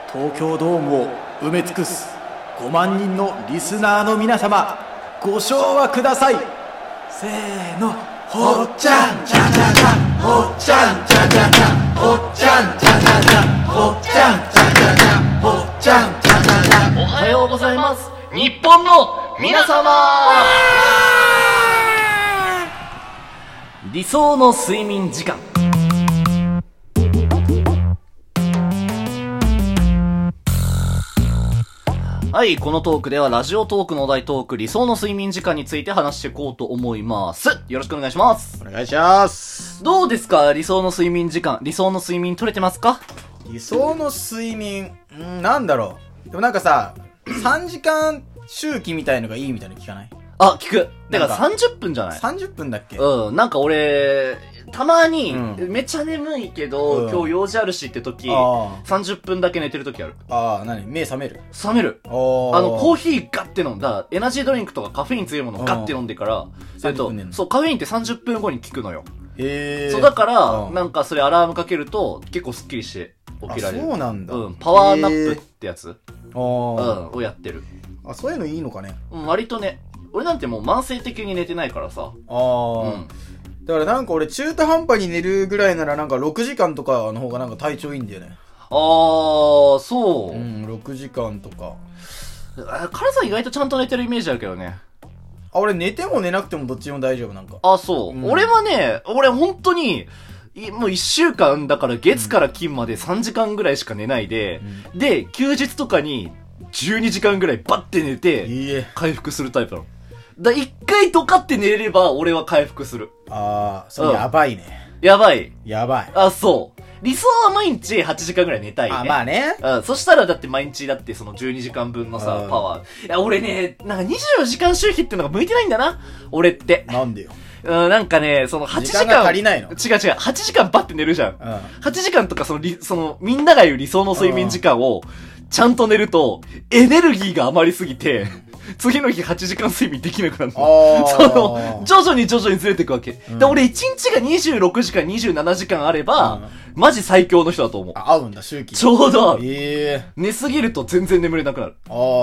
東京ドームを埋め尽くす5万人のリスナーの皆様、ご唱和ください。せーの、ほっちゃんちゃちゃちゃ、ほっちゃんちゃちゃちゃ、ほっちゃんちゃちゃちゃ、ほっちゃんちゃちゃちゃ、ほっちゃんちゃちゃちゃ。 おはようございます、日本の皆様。理想の睡眠時間。はい、このトークではラジオトークのお題トーク、理想の睡眠時間について話していこうと思います。よろしくお願いします。 お願いします。 どうですか、理想の睡眠時間。理想の睡眠取れてますか？ 理想の睡眠、なんだろう。でもなんかさ、3時間周期みたいのがいいみたいなの聞かない？ あ、聞く。だから30分じゃない？ 30 分だっけ？ うん、なんか俺、たまに、めっちゃ眠いけど、今日用事あるしって時、30分だけ寝てる時ある。 目覚める？ 覚める。コーヒーガッて飲んだ、エナジードリンクとかカフェイン強いものをガッて飲んでから、そう、カフェインって30分後に効くのよ。 そうだから、なんかそれアラームかけると、結構スッキリして起きられる。 そうなんだ。 パワーナップってやつをやってる。 そういうのいいのかね？ 割とね。俺なんてもう慢性的に寝てないからさ。 だからなんか俺中途半端に寝るぐらいならなんか6時間とかの方がなんか体調いいんだよね。そう。6時間とか。 カラさん意外とちゃんと寝てるイメージあるけどね。 俺寝ても寝なくてもどっちでも大丈夫なんか。 そう。俺はね、本当に、もう1週間だから月から金まで3時間ぐらいしか寝ないで、で、休日とかに12時間ぐらいバッて寝て、回復するタイプなの。一回ドカって寝れば俺は回復する。 それやばいね。 やばい。そう。理想は毎日8時間ぐらい寝たいね。 まあね。 そしたらだって毎日だってその12時間分のさ、パワー。いや、俺ね、なんか24時間周期ってのが向いてないんだな。俺って。 なんでよ。 なんかね、その8時間。 時間が足りないの？ 違う。8時間バッて寝るじゃん。8時間とかそのみんなが言う理想の睡眠時間を、ちゃんと寝ると、エネルギーが余りすぎて、次の日8時間睡眠できなくなるの。徐々にずれていくわけ。で、俺1日が26時間、27時間あれば、マジ最強の人だと思う。 合うんだ、周期。 ちょうど。寝すぎると全然眠れなくなる。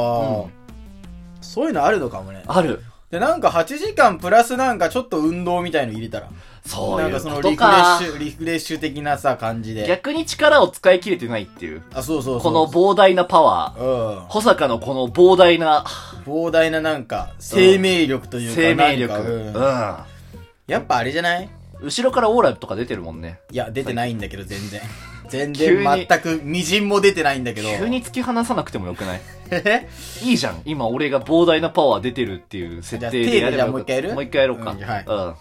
そういうのあるのかもね。 ある。 で、なんか8時間プラスなんかちょっと運動みたいの入れたら。 そういうことか。 なんかそのリフレッシュ的なさ、感じで。 逆に力を使い切れてないっていう。 そう。 この膨大なパワー。保坂のこの膨大ななんか、生命力というか。 生命力。 やっぱあれじゃない？ 後ろからオーラとか出てるもんね。 いや、出てないんだけど、全然。全く、みじんも出てないんだけど。 急に突き放さなくてもよくない？いいじゃん。今俺が膨大なパワー出てるっていう設定でやればよかった。 じゃあもう一回やる？ もう一回やろうか。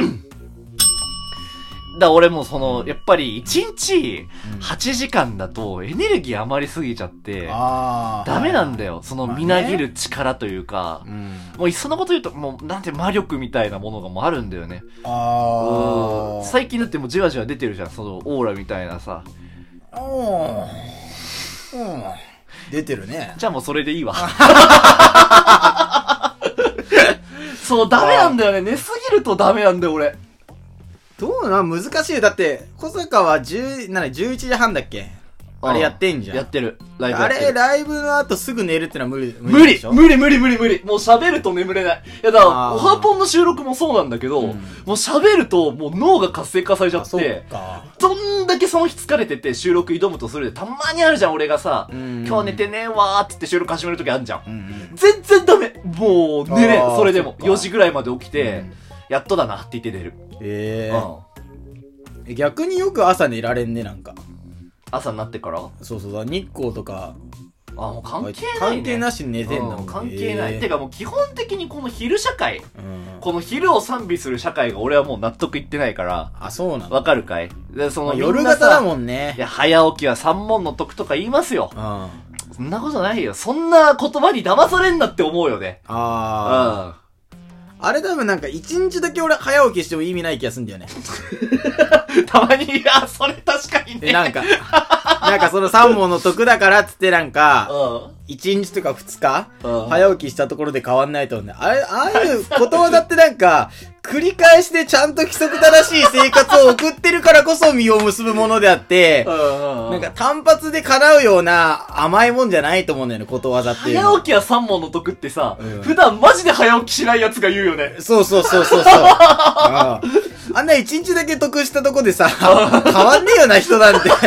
俺もやっぱり1日8時間だとエネルギー余りすぎちゃって、ダメなんだよ。みなぎる力というか、もういっそのこと言うと、もうなんて魔力みたいなものがもうあるんだよね。最近だってもうじわじわ出てるじゃん、そのオーラみたいなさ。 出てるね。 じゃあもうそれでいいわ。そう、ダメなんだよね。寝すぎるとダメなんだよ、俺。 難しいよ。だって、小坂は11時半だっけ？あれやってんじゃん。 やってる。 ライブの後すぐ寝るってのは無理でしょ？ 無理。もう喋ると眠れない。いや、だから、オハポンの収録もそうなんだけど、もう喋るともう脳が活性化されちゃって、どんだけその日疲れてて収録挑むとするで、たまにあるじゃん、俺がさ、今日寝てねーわーって言って収録始めるときあるじゃん。全然ダメ。もう寝れん。それでも。4時ぐらいまで起きて、やっとだなって言って寝る。 逆によく朝寝られんね、なんか。 朝になってから？ そうだ、日光とか。 もう関係ないね。 関係なしに寝てんの？ 関係ない。てかもう基本的にこの昼社会、この昼を賛美する社会が俺はもう納得いってないから。 そうなの？ わかるかい？で、 夜型だもんね。 いや、早起きは三文の徳とか言いますよ。そんなことないよ。そんな言葉に騙されんなって思うよね。あれ多分なんか一日だけ俺早起きしても意味ない気がすんだよね。 たまに、それ確かにね。 なんかその三文の得だからっつってなんか、1日とか2日、早起きしたところで変わんないと思うね。ああいうことわざってなんか、 繰り返しでちゃんと規則正しい生活を送ってるからこそ実を結ぶものであって、なんか単発で叶うような甘いもんじゃないと思うんだよね、ことわざっていうの。 早起きは三問の得ってさ、普段マジで早起きしない奴が言うよね。 そう。あんな一日だけ得したとこでさ、変わんねえよな人なんて。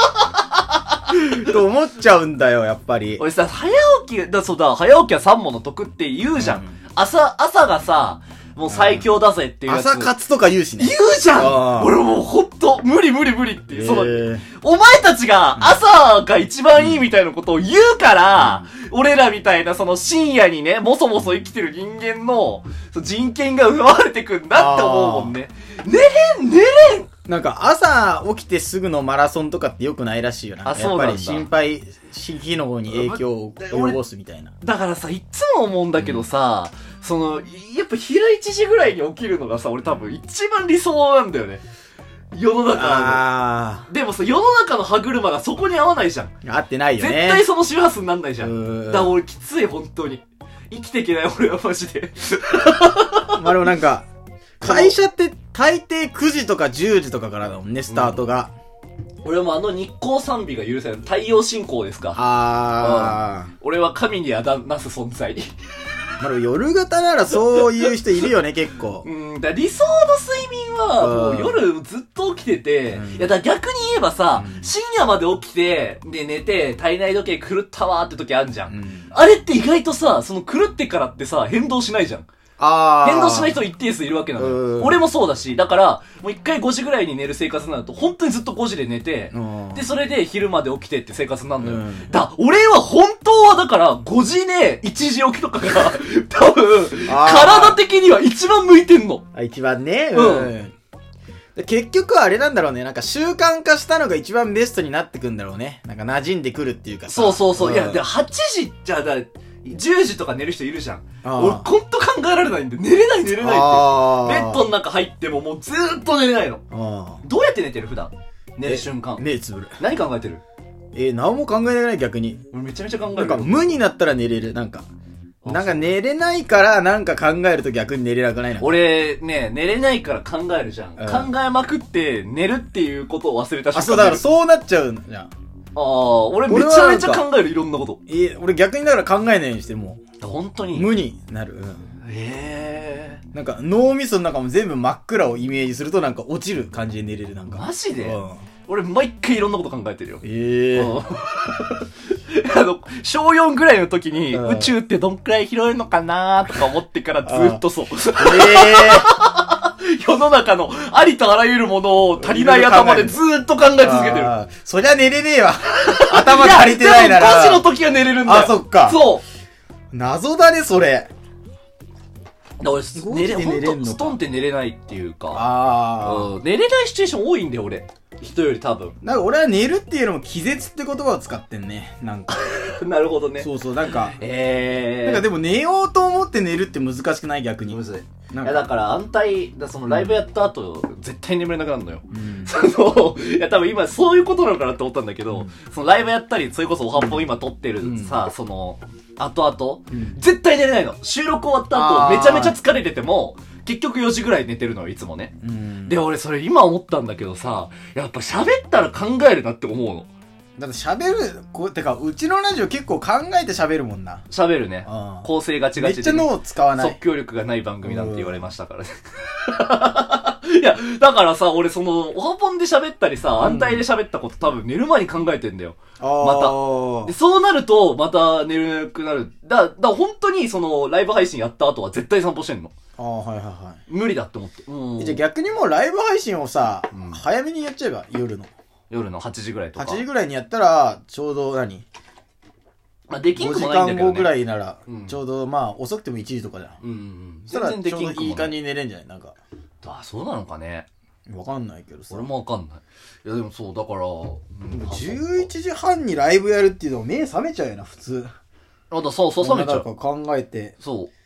と思っちゃうんだよ、やっぱり。 俺さ、早起きは三問の得って言うじゃん。朝がさ、もう最強だぜっていうやつ。 朝活とか言うしね。 言うじゃん。俺もうほんと、無理って。お前たちが朝が一番いいみたいなことを言うから、俺らみたいなその深夜にね、もそもそ生きてる人間の人権が奪われてくんだって思うもんね。寝れんなんか朝起きてすぐのマラソンとかって良くないらしいよな。やっぱり心肺機能に影響を及ぼすみたいな。 だからさ、いつも思うんだけどさ、やっぱ昼1時ぐらいに起きるのがさ、俺多分一番理想なんだよね。世の中の。でもさ、世の中の歯車がそこに合わないじゃん。 合ってないよね。 絶対その周波数になんないじゃん。だから俺きつい、本当に。生きていけない俺はマジで。 まあでもなんか、会社って大抵9時とか10時とかからだもんね、スタートが。 俺はもう日光賛美が許される。太陽信仰ですか。俺は神にあだなす存在。 まあ、夜型ならそういう人いるよね、結構。 理想の睡眠は、もう夜ずっと起きてて、いや、逆に言えばさ、深夜まで起きて、で寝て、体内時計狂ったわーって時あるじゃん。あれって意外とさ、その狂ってからってさ、変動しないじゃん。変動しない人一定数いるわけなのよ。俺もそうだし、だから、もう一回5時ぐらいに寝る生活になると、本当にずっと5時で寝て、で、それで昼まで起きてって生活になるのよ。俺は本当はだから、5時ね、1時起きとかが、多分、体的には一番向いてんの。 一番ね。結局あれなんだろうね。なんか習慣化したのが一番ベストになってくんだろうね。なんか馴染んでくるっていうかさ。 そう。いや、で8時じゃあ、10時とか寝る人いるじゃん。俺、ほんと考えられないんで、寝れないって。ベッドの中入ってももうずーっと寝れないの。どうやって寝てる普段。寝る瞬間。 目つぶる。 何考えてる？ 何も考えられない逆に。 俺めちゃめちゃ考える。 なんか無になったら寝れる。なんか寝れないからなんか考えると逆に寝れなくないの？ 俺ね、寝れないから考えるじゃん。考えまくって寝るっていうことを忘れた瞬間。 そうだからそうなっちゃうんじゃん。 俺めちゃめちゃ考える、いろんなこと。 俺逆にだから考えないようにしても本当に無になる。なんか脳みその中も全部真っ暗をイメージするとなんか落ちる感じで寝れる。なんかマジで、俺毎回いろんなこと考えてるよ。小4ぐらいの時に、宇宙ってどんくらい広いのかなーとか思ってからずっとそう。世の中のありとあらゆるものを足りない頭でずーっと考え続けてる。 そりゃ寝れねえわ。頭足りてないなら。 5時の時は寝れるんだよ。 そっか。 そう。 謎だね、それ。 俺、ほんと、ストンって寝れないっていうか。寝れないシチュエーション多いんだよ、俺。人より多分。 なんか俺は寝るっていうのも気絶って言葉を使ってんね。なんか。 なるほどね。 そう、なんか。なんかでも寝ようと思って寝るって難しくない？逆に。 むずい。いやだから安泰、そのライブやった後、絶対眠れなくなるのよ。いや多分今そういうことなのかなって思ったんだけど、そのライブやったり、それこそおはっぽ今撮ってるさ、その、後々、絶対寝れないの。収録終わった後、めちゃめちゃ疲れてても、結局4時ぐらい寝てるのよ、いつもね。で、俺それ今思ったんだけどさ、やっぱ喋ったら考えるなって思うの。 だって喋る、てか、うちのラジオ結構考えて喋るもんな。 喋るね。構成ガチガチで、 めっちゃ脳使わない。 即興力がない番組なんて言われましたからね。いや、だからさ、俺おはぽんで喋ったりさ、安泰で喋ったこと多分寝る前に考えてんだよ。また。で、そうなると、また寝れなくなる。だ本当にライブ配信やった後は絶対散歩してんの。無理だって思って。 じゃあ逆にもうライブ配信をさ、早めにやっちゃえば、 夜の8時ぐらいとか。 8時ぐらいにやったら、ちょうどまあ、できんくもないんだけどね。5時間後ぐらいなら、ちょうど、まあ、遅くても1時とかじゃん。そしたら、ちょうどいい感じに寝れんじゃない？なんか。 そうなのかね。 わかんないけどさ。 俺もわかんない。いや、でもそう、だから、 11時半にライブやるっていうのも目覚めちゃうよな、普通。 そう、冷めちゃう。 考えて。 そ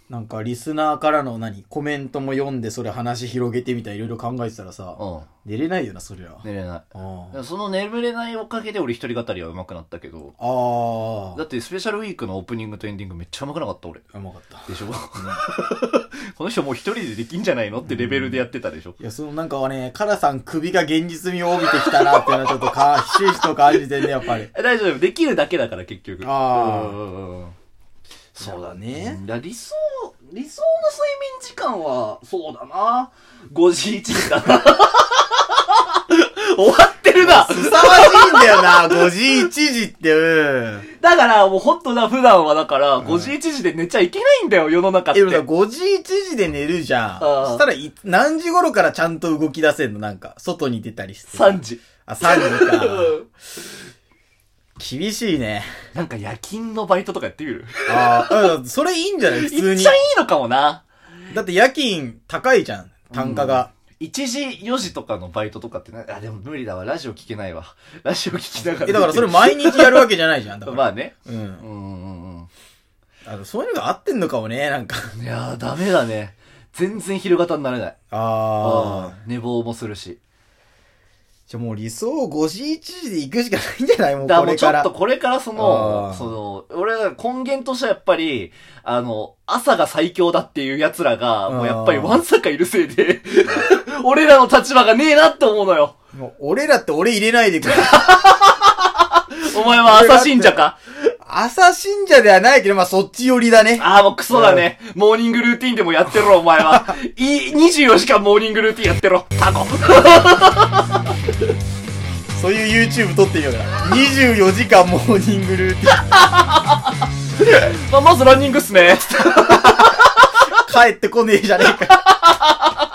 なんかリスナーからのコメントも読んでそれ話広げてみたいいろいろ考えてたらさ、寝れないよな、そりゃ。 寝れない。その眠れないおかげで俺一人語りは上手くなったけど。だってスペシャルウィークのオープニングとエンディングめっちゃ上手くなかった俺。 上手かった。 でしょこの人もう一人でできんじゃないのってレベルでやってたでしょ。 いや、なんかカラさん首が現実味を帯びてきたなっていうのはちょっとひしひしと感じてね、やっぱり。 大丈夫。できるだけだから結局。 そうだね。 理想の睡眠時間は、そうだな。5時1時だな。終わってるな。 すさまじいんだよな、5時1時って。 だからもうほんとな、普段はだから、5時1時で寝ちゃいけないんだよ、世の中って。 5時1時で寝るじゃん。そしたら何時頃からちゃんと動き出せんの？なんか、外に出たりして。 3時。 3時か。厳しいね。 なんか夜勤のバイトとかやってみる？ それいいんじゃない？普通に。 めっちゃいいのかもな。 だって夜勤高いじゃん、単価が。 1時、4時とかのバイトとかってでも無理だわ。ラジオ聞けないわ。ラジオ聞きながら。 だからそれ毎日やるわけじゃないじゃん。だからまあね。 そういうのが合ってんのかもね、なんか。 いやー、ダメだね。全然昼型になれない。寝坊もするし。 じゃもう理想5時1時で行くしかないんじゃない？もうこれから。 ちょっとこれから俺が根源としてはやっぱり、朝が最強だっていう奴らが、もうやっぱりワンサカいるせいで、俺らの立場がねえなって思うのよ。 もう俺らって俺入れないでくれ。 お前は朝信者か？ 朝信者ではないけど、そっち寄りだね。 もうクソだね。モーニングルーティンでもやってろ、お前は。24時間モーニングルーティンやってろ、タコ。 そういう YouTube 撮ってみようかな。24時間モーニングルーティン。 まずランニングっすね。 帰ってこねえじゃねえか。